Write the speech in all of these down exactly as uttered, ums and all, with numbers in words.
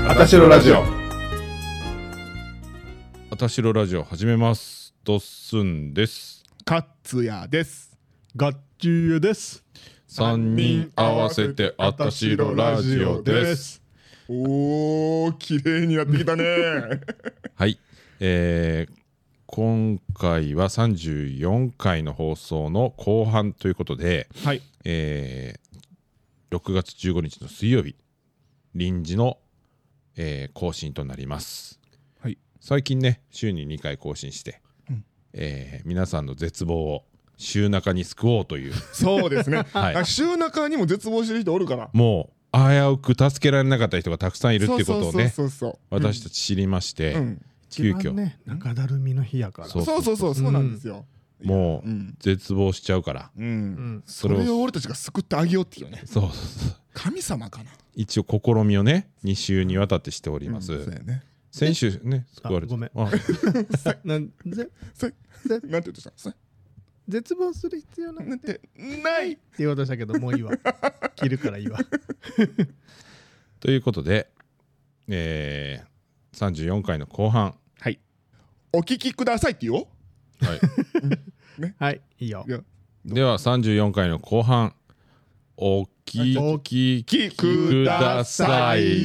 あたしろラジオ。 あたしろラジオ始めます。ドッスンです。 カツヤです。 ガッチュウです。 さんにん合わせてあたしろラジオです。 おー、綺麗になってきたねはい、えー、今回はさんじゅうよんかいの放送の後半ということで、 はい、 えー、ろくがつじゅうごにちの水曜日臨時の、えー、更新となります。 はい、 最近ね週ににかい更新して、うんえー、皆さんの絶望を週中に救おうというそうですね、 はい、 週中にも絶望してる人おるから、 もう危うく助けられなかった人がたくさんいるっていうことをね私たち知りまして、うん、急遽ね中だるみの日やからそうそうそうそうなんですよ、 うん、もう、うん、絶望しちゃうから、 うんうん、それを俺たちが救ってあげようっていうね。 そうそうそう神様かな。 一応試みをねに週にわたってしております、うんそうやね、先週ね救われてごめんなんでなんて言ってた絶望する必要なんてないって言おうとしたけどもういいわ切るからいいわということで、えー、さんじゅうよんかいの後半、 はい、お聞きくださいって言おう。 はい、 ね、はいいいよ。 ではさんじゅうよんかいの後半お聞きください。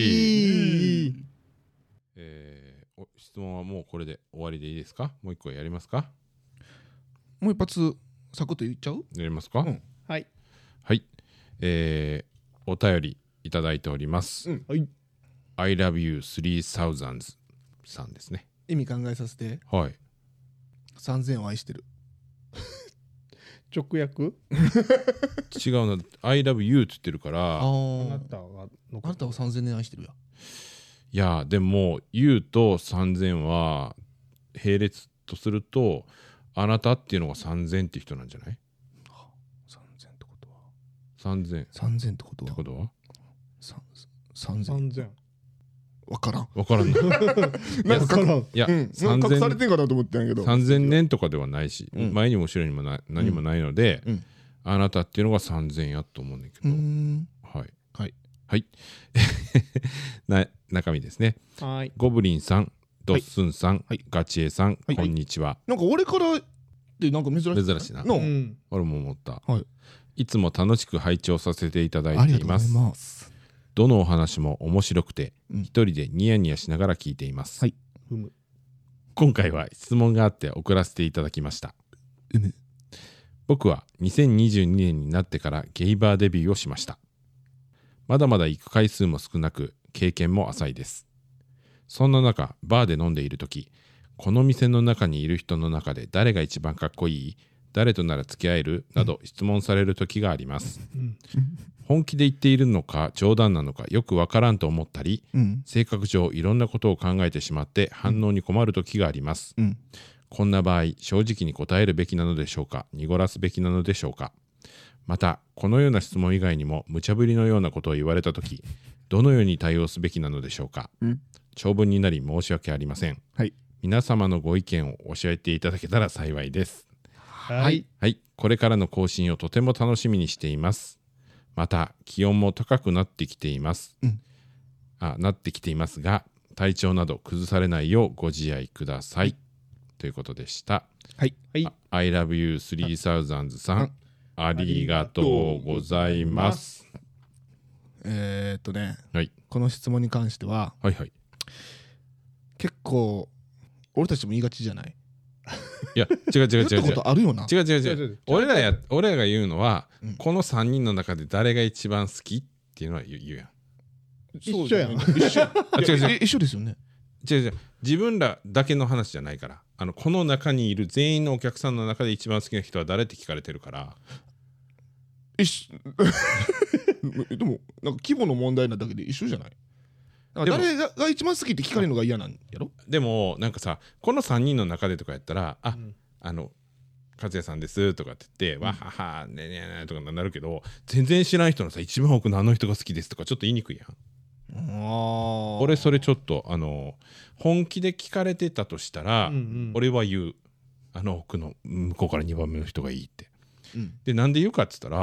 えー、質問はもうこれで終わりでいいですか？もう一個やりますか？ もう一発サクッと言っちゃう？ やりますか？うん、 はいはい、えー、お便りいただいております、うん、はい、I love you スリーサウザンズ さんですね。 意味考えさせて。 はい。 さんぜんを愛してる直訳違うな I love you って言ってるから、 あなたはあなたはさんぜんねん愛してるや。 いやでも You とさんぜんは並列とするとあなたっていうのがさんぜんっていう人なんじゃない？ さんぜんってことはさんぜんさんぜんってことはってことはさんぜんわからんわからんなんかいや、うん、 隠されてんかなと思ってんやけどさんぜんねんとかではないし、うん、前にも後ろにもな何もないので、うん、あなたっていうのがさんぜんやと思うんだけど、はいはいはいな中身ですね。 はい、 ゴブリンさん、ドッスンさん、はい、ガチエさん、はい、こんにちは。 なんか俺からってなんか珍しい珍しいな、 うん、 俺も思った、 はい、 いつも楽しく拝聴させていただいています。 ありがとうございます。 どのお話も面白くて、うん、一人でニヤニヤしながら聞いています、はい、うむ今回は質問があって送らせていただきました。うむ僕はにせんにじゅうにねんになってからゲイバーデビューをしました。まだまだ行く回数も少なく経験も浅いです。そんな中バーで飲んでいるとき、この店の中にいる人の中で誰が一番かっこいい？誰となら付き合える？など質問される時があります。本気で言っているのか冗談なのかよくわからんと思ったり、うん、性格上いろんなことを考えてしまって反応に困る時があります、うん、こんな場合正直に答えるべきなのでしょうか、濁らすべきなのでしょうか。またこのような質問以外にも無茶ぶりのようなことを言われた時どのように対応すべきなのでしょうか、うん、長文になり申し訳ありません、はい、皆様のご意見を教えていただけたら幸いです。 はい、 はい、これからの更新をとても楽しみにしています。また気温も高くなってきています、うん、あなってきていますが体調など崩されないようご自愛ください、はい、ということでした。 はい、はい、 I love you スリーサウザンズさん、ありがとうございます。 えー、っとね、 はい、 この質問に関しては、 はいはい、 結構俺たちも言いがちじゃない？ いや違う違う違う違う言ったことあるよな。 違う違う違う俺らや俺らが言うのは、うん、このさんにんの中で誰が一番好きっていうのは言うやん。 一緒やん。一緒あ違う違う一緒ですよね。 違う違う自分らだけの話じゃないから、あのこの中にいる全員のお客さんの中で一番好きな人は誰って聞かれてるから。 一緒でもなんか規模の問題なだけで一緒じゃない？誰が一番好きって聞かれるのが嫌なんやろ？ でもなんかさこのさんにんの中でとかやったらあ、うん、あの和也さんですとかって言って、うん、わははねねねとかなるけど全然知らん人のさ一番多くのあの人が好きですとかちょっと言いにくいやん。 あ俺それちょっとあの本気で聞かれてたとしたら、うんうん、俺は言うあの奥の向こうからにばんめの人がいいって、うん、でなんで言うかって言ったら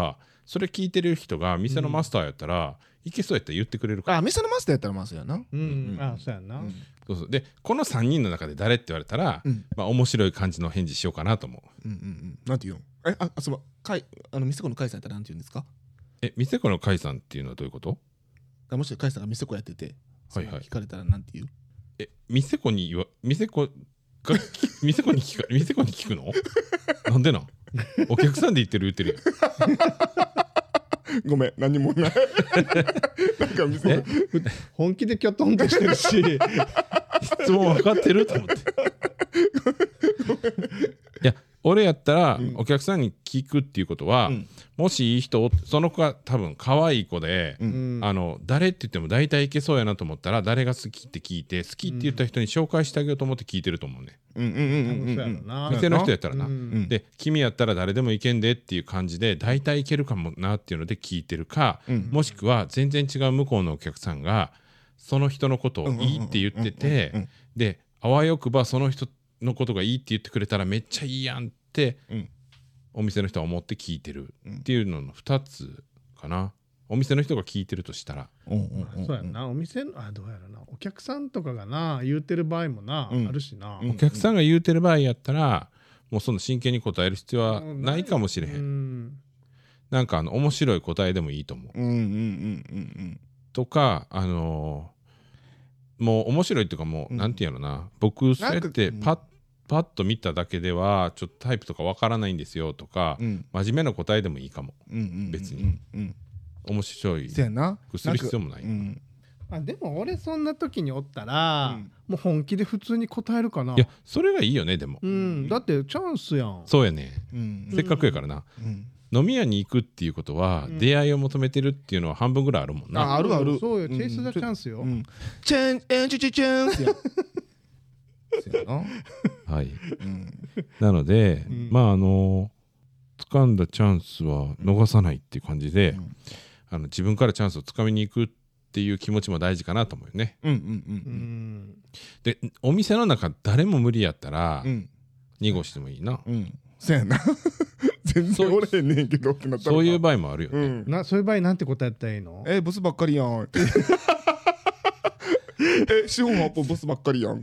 それ聞いてる人が店のマスターやったら、うん、いけそうやったら言ってくれるから。 あ、店のマスターやったらまあそうやな。 うん、うん、あ、そうやな、うん、 そうそう。でこのさんにんの中で誰って言われたら、うん、まあ面白い感じの返事しようかなと思う。 うんうんうん。なんて言うの？え、あ、あ、そのかいあの店子の甲斐さんやったらなんて言うんですか？え、 店子の甲斐さんっていうのはどういうこと？ あ、もし甲斐さんが店子やってて、 はいはい、 聞かれたらなんて言う？ え、店子に言わ店子が店子に聞か店子に聞くの？なんでなん？お客さんで言ってる言ってるごめん、何もないなんか店本気でキョトンとしてるし質問分かってると思っていや俺やったら、うん、お客さんに聞くっていうことは、うん、もしいい人その子が多分可愛い子で、うん、あの誰って言っても大体いけそうやなと思ったら誰が好きって聞いて好きって言った人に紹介してあげようと思って聞いてると思うね。店の人やったらな、うん、で君やったら誰でもいけんでっていう感じで大体いけるかもなっていうので聞いてるか、うん、もしくは全然違う向こうのお客さんがその人のことをいいって言っててであわよくばその人のことがいいって言ってくれたらめっちゃいいやんって、うん、お店の人は思って聞いてるっていうののふたつかな。お店の人が聞いてるとしたら、 うんうん、そうやな。お店のあどうやらなお客さんとかがな言うてる場合もな、うん、あるしな、 お客さんが言うてる場合やったらもうその真剣に答える必要はないかもしれへん、うん、なんかあの面白い答えでもいいと思う、うんうんうんうん、とかあのー、もう面白いっていうかもう、うん、なんていうのな僕そうやってパッパッと見ただけではちょっとタイプとかわからないんですよとか、うん、真面目な答えでもいいかも、うんうんうんうん、別に、うんうん、面白いくする必要もない、うん、 あでも俺そんな時におったら、うん、もう本気で普通に答えるかな。 いやそれがいいよねでも、 うん、だってチャンスやん。 そうやね、うん、せっかくやからな、うん、飲み屋に行くっていうことは、うん、出会いを求めてるっていうのは半分ぐらいあるもんな。 あ、あるある。 そうよ、チェイス・ザ・チャンスよ、うん、 チェンエンチュチュチャンスやはい、うん、なので、うん、まああの掴んだチャンスは逃さないっていう感じで、うん、あの自分からチャンスをつかみに行くっていう気持ちも大事かなと思うよね。うんうんうんうん、でお店の中誰も無理やったら、うん、濁してもいいな、うん、 そうやな全然おれへんねんけどってなったらそういう場合もあるよね、うん、 なそういう場合なんて答えたらいいの？ えー、ブスばっかりやんえ資本発砲ボスばっかりやんか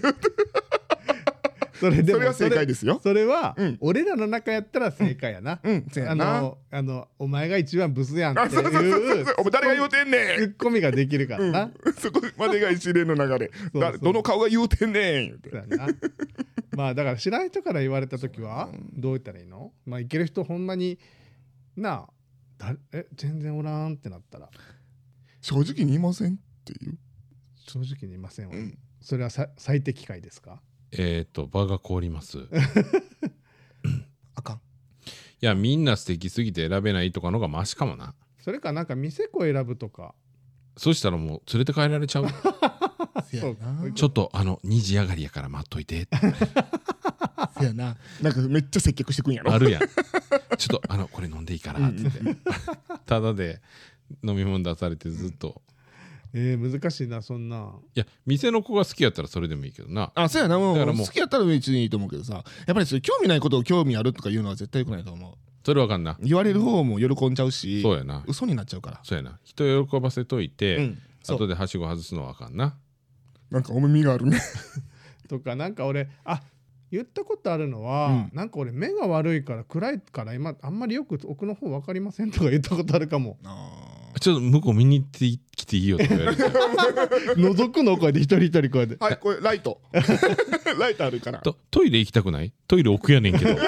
それでもそれは正解ですよ。 それは、うん、俺らの中やったら正解やな、うんうん、やなあのあのお前が一番ブスやんっていうお前誰が言うてんねんツッコミができるからな、 うん、そこまでが一連の流れそうそうどの顔が言うてんねん言うてなまあだから知らん人から言われた時はどう言ったらいいの？まあいける人ほんまになあだえ全然おらんってなったら正直にいませんっていう正直にいません、うん、それはさ最適解ですか？ えっと場が凍りますあかん。いやみんな素敵すぎて選べないとかのがマシかもな。 それかなんか店子選ぶとかそうしたらもう連れて帰られちゃうそうちょっとあのにじ上がりやから待っといてせやな。なんかめっちゃ接客してくんやろあるやんちょっとあのこれ飲んでいいからって言ってただで飲み物出されてずっとえー、難しいなそんな。 いや店の子が好きやったらそれでもいいけどな。 あ、そうやな。もうだからもう好きやったら別にいいと思うけどさ、やっぱりそれ興味ないことを興味あるとか言うのは絶対良くないと思う。 それわかんな。 言われる方も喜んじゃうし、 そうやな。 嘘になっちゃうから。 そうやな。人喜ばせといて、うん、後ではしご外すのはあかんな。 なんかお耳があるねとかなんか俺あ言ったことあるのは、うん、なんか俺目が悪いから暗いから今あんまりよく奥の方分かりませんとか言ったことあるかも。あちょっと向こう見に行ってきていいよとか言われて覗くのこうやって一人一人こうやってはいこれライトライトあるからとトイレ行きたくない？トイレ奥やねんけど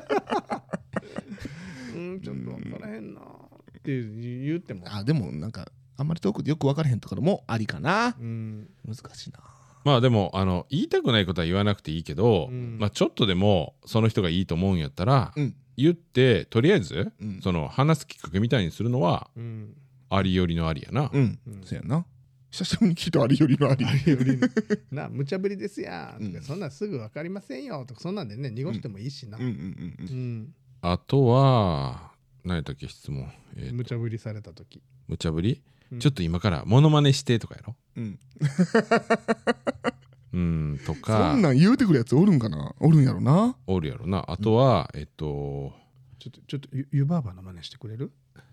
うんちょっと分からへんなって言ってもあでもなんかあんまり遠くでよく分からへんところもありかな。うん難しいな。 まあでもあの言いたくないことは言わなくていいけど、うん、まあちょっとでもその人がいいと思うんやったら、うん、言ってとりあえず、うん、その話すきっかけみたいにするのは、うん、ありよりのありやな。うん、 うん、そうやな。久しぶりに聞いたありよりのあり。ありよりのな無茶ぶりですやんとか、うん、そんなんすぐ分かりませんよとかそんなんでね濁してもいいしな。 あとは何やったっけ質問、 えー、無茶ぶりされた時。 無茶ぶり、うん、ちょっと今からモノマネしてとかやろ。うんうんとかそんなん言うてくるやつおるんかな。おるんやろな。 おるやろな。あとは、うん、えっとちょっとちょっと湯婆婆の真似してくれる？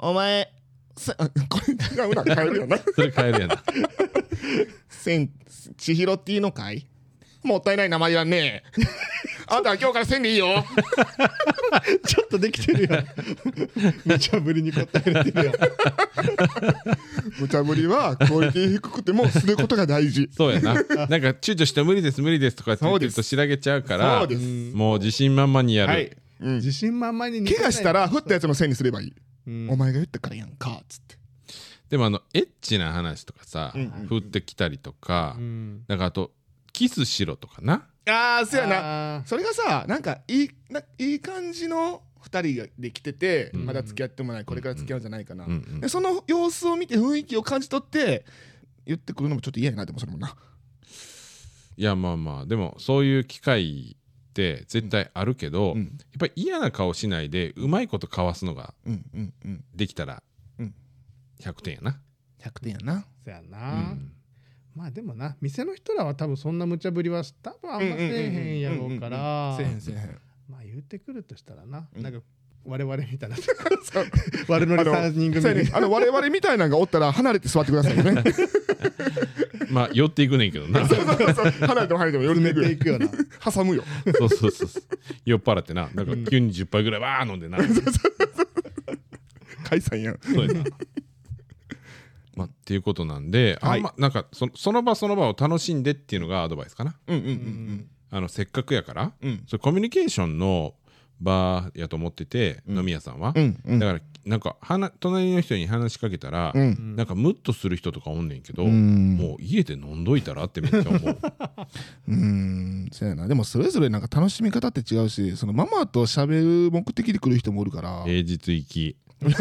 お前さこれ違うな変えるよなそれ変えるやな千千尋っていいのかいもったいない名前やんねえあんたは今日から千でいいよちょっとできてるよ無茶ぶりに答えれてるよ無茶ぶりはクオリティ低くてもすることが大事そうやななんか躊躇して無理です無理ですとかって言ってると白げちゃうからそうですもう自信満々にやる、 はいうん、 自信満々に怪我したら振ったやつのせいにすればいい、うん、お前が言ったからやんかっつってでもあのエッチな話とかさ、うんうん、振ってきたりとか、うん、なんかあとキスしろとかなあーそうやなそれがさなんかいいないい感じのふたりで来てて、うん、まだ付き合ってもないこれから付き合うんじゃないかな、うんうん、でその様子を見て雰囲気を感じ取って言ってくるのもちょっと嫌やなでもそれもないやまあまあでもそういう機会って絶対あるけど、うん、やっぱり嫌な顔しないでうまいことかわすのができたらひゃくてんやなひゃくてんやなそやな、うんまあでもな店の人らは多分そんな無茶ぶりは多分あんませえへんやろうからせえへんせえへんまあ言ってくるとしたらな、うん、なんか我々みたいな悪ノリさんにん組であの我々みたいなのがおったら離れて座ってくださいねまあ寄っていくねんけどなそうそうそう離れても離れても寄っていくよな挟むよそうそうそう酔っ払ってななんか急にじゅっぱいぐらいわー飲んでな解散やんそうやなまあ、っていうことなんで、はい、あんまなんか そ, その場その場を楽しんでっていうのがアドバイスかな。 うんうんうんうん、 あのせっかくやから、 うん、 それコミュニケーションの場やと思ってて、うん、飲み屋さんは、 うんうん、 だからなんかは隣の人に話しかけたら、うん、なんかムッとする人とかおんねんけど、うん、もう家で飲んどいたらってめっちゃ思ううんそうやな。でもそれぞれなんか楽しみ方って違うしそのママと喋る目的で来る人もおるから平日行き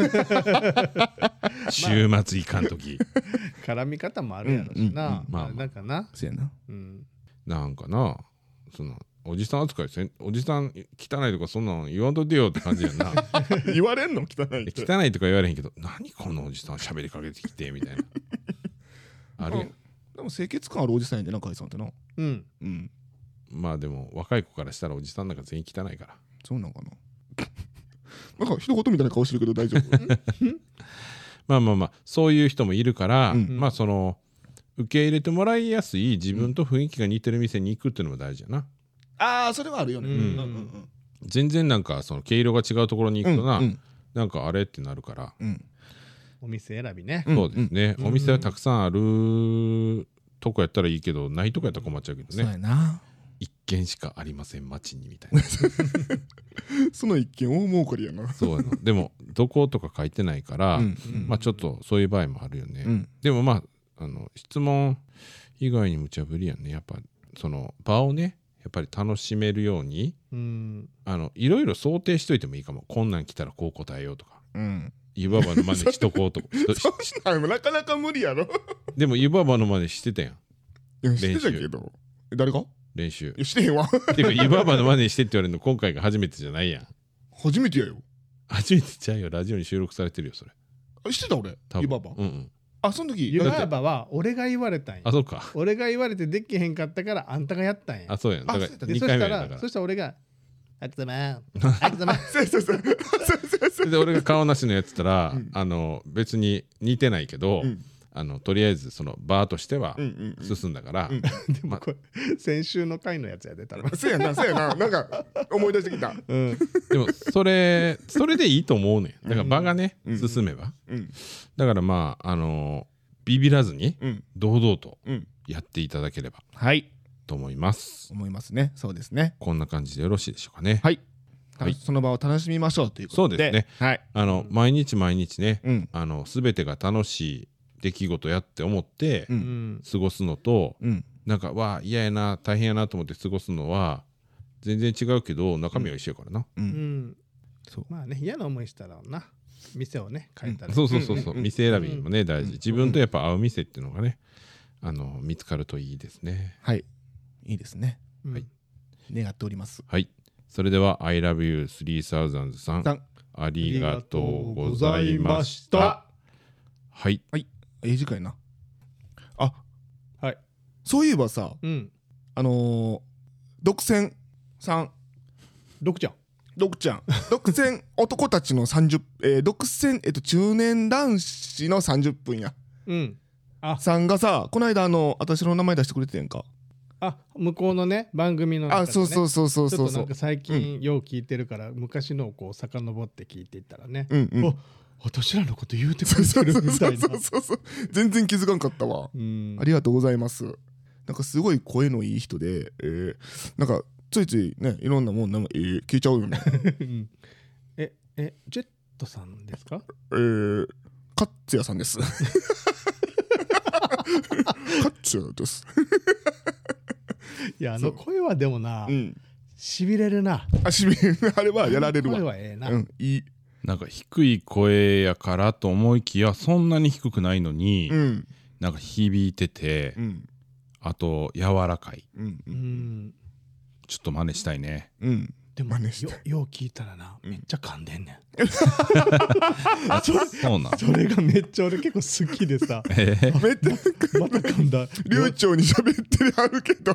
週末いかんとき絡み方もあるやろしな、まあなんかなそうやな、 うん、 なんかなそのおじさん扱いせんおじさん汚いとかそんなの言わんといてよって感じやんな言われんの汚いって汚いとか言われへんけど何このおじさん喋りかけてきてみたいなあるやん、まあ、でも清潔感あるおじさんやでな甲斐さんってなうんうんまあでも若い子からしたらおじさんなんか全員汚いからそうなんかななんか一言みたいな顔してるけど大丈夫まあまあまあそういう人もいるから、うん、まあその受け入れてもらいやすい自分と雰囲気が似てる店に行くっていうのも大事やな、うん、 ああそれはあるよね、うんうんうん、 全然なんかその毛色が違うところに行くとな、うんうん、なんかあれってなるから、 うん、お店選びねそうですね、うんうん、お店はたくさんあるとこやったらいいけどないとこやったら困っちゃうけどね、 そうやな一軒しかありません街にみたいなその一軒大儲かりやなそうやなでもどことか書いてないから、うんうん、まあちょっとそういう場合もあるよね、うん、でもまああの質問以外に無茶ぶりやねやっぱその場をねやっぱり楽しめるように、うん、あのいろいろ想定しといてもいいかもこんなん来たらこう答えようとか、うん、湯婆婆の真似しとこうとかそんななかなか無理やろでも湯婆婆の真似してたやんいやしてたけど誰が練習してへんわてか湯婆婆の真似してって言われるの今回が初めてじゃないやん初めてやよ初めてちゃうよラジオに収録されてるよそれしてた俺湯婆婆うんうんあその時湯婆婆は俺が言われたんやあそうか俺が言われてできへんかったからあんたがやったんやあそうやんだからにかいめやだからそしたら俺がありがとうございますありがとうございますそうそうそうそうで俺が顔なしのやつったら、うん、あの別に似てないけど、うんあのとりあえずそのバーとしては進んだから、 うんうんうん、でもこれ先週の回のやつやでたらそうやなそうやななんか思い出してきた、うん、 でもそれそれでいいと思うねんだから場がね、うん、進めば、うん、だからまああのビビらずに堂々とやっていただければ、 うん、はいと思います思いますねそうですねこんな感じでよろしいでしょうかねはいはい、その場を楽しみましょうということでそうですね、 はい、 あの毎日毎日ね、うん、あの全てが楽しい出来事やって思って過ごすのと、うん、なんかわあ嫌やな大変やなと思って過ごすのは全然違うけど中身は一緒やからな、うんうん、 そうまあね嫌な思いしたらな店をね変えたら、 うん、そうそうそうそう、うん、店選びもね大事自分とやっぱ合う店っていうのがねあの見つかるといいですねはいいいですね、 はい、 願っておりますはいそれでは I love you スリーサウザンズ さんありがとうございましたはいはいええ時間やなあはいそういえばさ、うん、あのー、独占さん独ちゃん独ちゃん独占男たちのさんじゅう、えー、独占、えっと、中年男子のさんじゅっぷんや。 うんあさんがさこの間あの私の名前出してくれてんか。 あ向こうのね番組の中で、ね、 あそうそうそうそうそうちょっとなんか最近よう聞いてるから、うん、昔のをこう遡って聞いていったらね、 うんうん、 お私らのこと言うてくれてるみたいな。 そうそうそう全然気づかんかったわ。うんありがとうございます。なんかすごい声のいい人で、えー、なんかついついねいろんなもんなんか、えー、聞いちゃうよね。 ええジェットさんですか？ えー、カッツヤさんです。カッツヤです。 いやあの声はでもな、うん、しびれるな。 あしびれるあれはやられるわ。 声はええな、 うん、いい。 なんか低い声やからと思いきやそんなに低くないのに、うん、なんか響いてて、うん、あと柔らかい、うんうん、ちょっと真似したいね、 うん、 でも よ, よう聞いたらな、うん、めっちゃ噛んでんねん。 そ, そうなんそれがめっちゃ俺結構好きでさ、えー、めっちゃまた噛んだ流暢に喋ってあるけど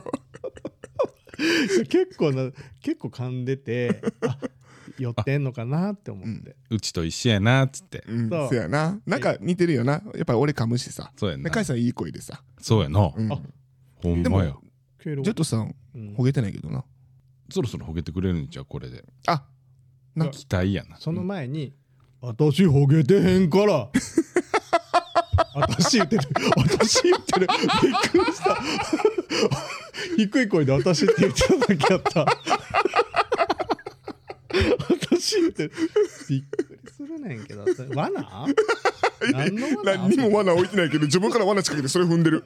結構な結構噛んでてあ寄ってんのかなって思って、うん、 うちと一緒やなっつって、 うん、そうやななんか似てるよなやっぱり俺噛むしさ。 そうやな甲斐さんいい声でさ。 そうやな、うん、あほんまや。 ジェットさん、うん、ほげてないけどな。 そろそろほげてくれるんちゃうこれで。 あな期待やな。 その前に、うん、私ほげてへんから私言ってる私言ってるびっくりした低い声で私って言ってただけやった私言ってるびっくりするねんけど罠何の罠何にも罠置いてないけど自分から罠仕掛けてそれ踏んでる、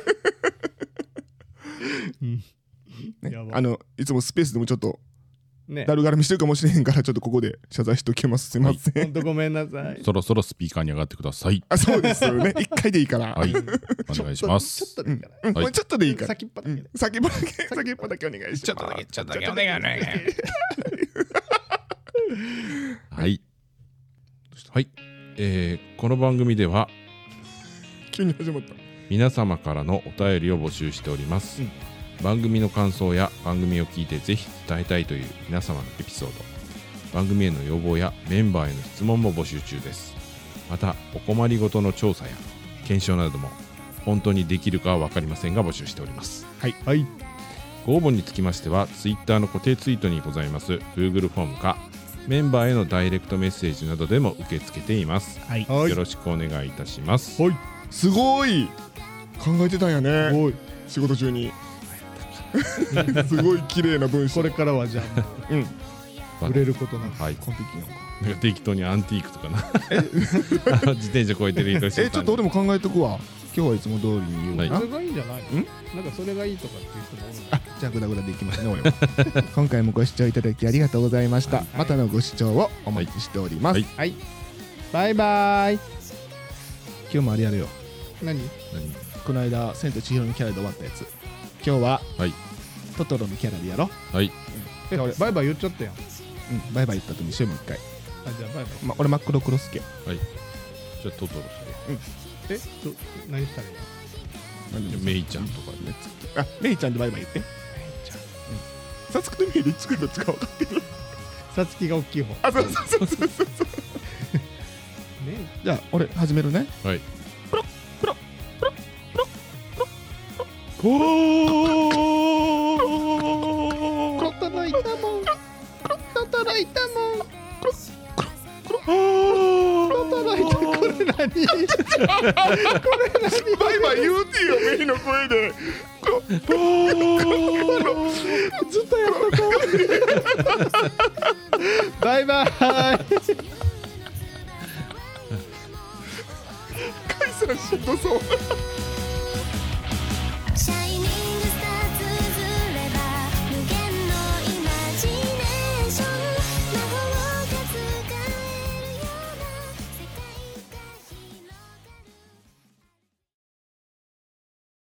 うんね、あのいつもスペースでもちょっとね、だるがらみしてるかもしれへんからちょっとここで謝罪しておきます。すいません。 本当ごめんなさい。 そろそろスピーカーに上がってください。 あ、そうですよね。一回でいいから。 はい。お願いします。 ちょっとでいいから。 うん、これちょっとでいいから。 先っぽだけ。 先っぽだけ、先っぽだけお願いします。 ちょっとだけ、ちょっとだけお願いお願い。はい。はい。えー、この番組では急に始まった。 皆様からのお便りを募集しております。うん番組の感想や番組を聞いてぜひ伝えたいという皆様のエピソード、番組への要望やメンバーへの質問も募集中です。またお困りごとの調査や検証なども本当にできるかは分かりませんが募集しております。 はい、はい、 ご応募につきましては Twitter の固定ツイートにございます Google フォームかメンバーへのダイレクトメッセージなどでも受け付けています。はい、よろしくお願いいたします。 はい、すごい考えてたんやね。すごい仕事中にすごい綺麗な文章。 これからはじゃあもう、うん、売れることなく、 はい、 完璧やんか。 なんか適当にアンティークとかな自転車超えてる人してえちょっと俺も考えとくわ。今日はいつも通りに言うな、 はい、それがいいんじゃないの？なんかそれがいいとかっていう人も多いの。 あじゃあグダグダでいきますね俺は今回もご視聴いただきありがとうございました、はい、またのご視聴をお待ちしております。 はい、はい、バイバイ。 今日もあれやるよ。 何？ 何？この間千と千尋のキャラで終わったやつ今日は、はい、トトロのキャラでやろ。 はい、 うん、俺バイバイ言っちゃったやん。 うんバイバイ言った後にしようもう一回。 あじゃあバイバイ、 ま、俺真っ黒クロスケ。 はいじゃあトトロして、 うん、 えど何したらいいの？ メイちゃんとかね。 あメイちゃんでバイバイ言って。メイちゃんさつきとメイで作るどっちか分かってる。 さつきが大きい方。 あそうそうそうそうそうじゃあ俺始めるね。 はい。 プロプロプロプロプロプロおー届いたもん届いたもん届いた。これ何これ何バイバイ言うてよメイの声で。 ずっとやったかバイバイカイさんしんどそう